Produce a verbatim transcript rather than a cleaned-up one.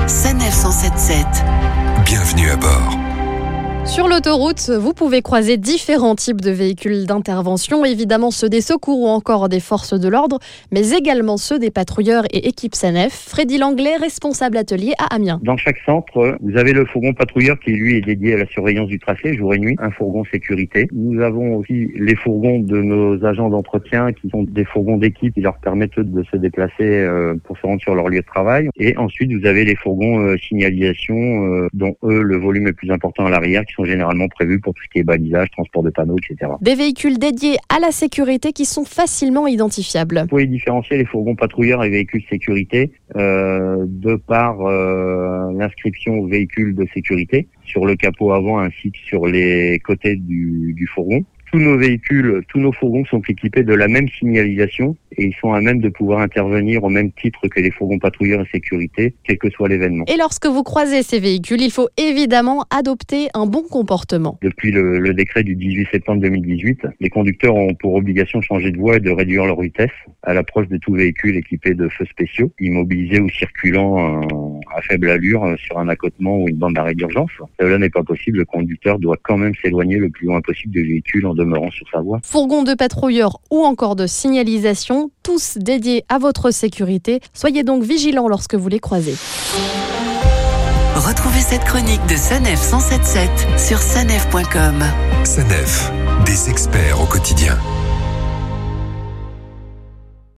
Sanef cent sept sept. Bienvenue à bord. Sur l'autoroute, vous pouvez croiser différents types de véhicules d'intervention, évidemment ceux des secours ou encore des forces de l'ordre, mais également ceux des patrouilleurs et équipes Sanef. Freddy Langlais, responsable atelier à Amiens. Dans chaque centre, vous avez le fourgon patrouilleur qui lui est dédié à la surveillance du tracé jour et nuit, un fourgon sécurité. Nous avons aussi les fourgons de nos agents d'entretien qui sont des fourgons d'équipe qui leur permettent de se déplacer pour se rendre sur leur lieu de travail. Et ensuite, vous avez les fourgons signalisation dont eux, le volume est plus important à l'arrière, qui sont généralement prévus pour tout ce qui est balisage, transport de panneaux, et cetera. Des véhicules dédiés à la sécurité qui sont facilement identifiables. Vous pouvez différencier les fourgons patrouilleurs et véhicules sécurité euh, de par euh, l'inscription véhicule de sécurité sur le capot avant ainsi que sur les côtés du, du fourgon. Tous nos véhicules, tous nos fourgons sont équipés de la même signalisation et ils sont à même de pouvoir intervenir au même titre que les fourgons patrouilleurs et sécurité, quel que soit l'événement. Et lorsque vous croisez ces véhicules, il faut évidemment adopter un bon comportement. Depuis le, le décret du dix-huit septembre deux mille dix-huit, les conducteurs ont pour obligation de changer de voie et de réduire leur vitesse à l'approche de tout véhicule équipé de feux spéciaux, immobilisés ou circulant euh, à faible allure euh, sur un accotement ou une bande d'arrêt d'urgence. Cela n'est pas possible, le conducteur doit quand même s'éloigner le plus loin possible du véhicule en demeurant sur sa voie. Fourgon de patrouilleurs ou encore de signalisation, tous dédiés à votre sécurité. Soyez donc vigilants lorsque vous les croisez. Retrouvez cette chronique de Sanef cent sept sept sur sanef point com. Sanef, des experts au quotidien.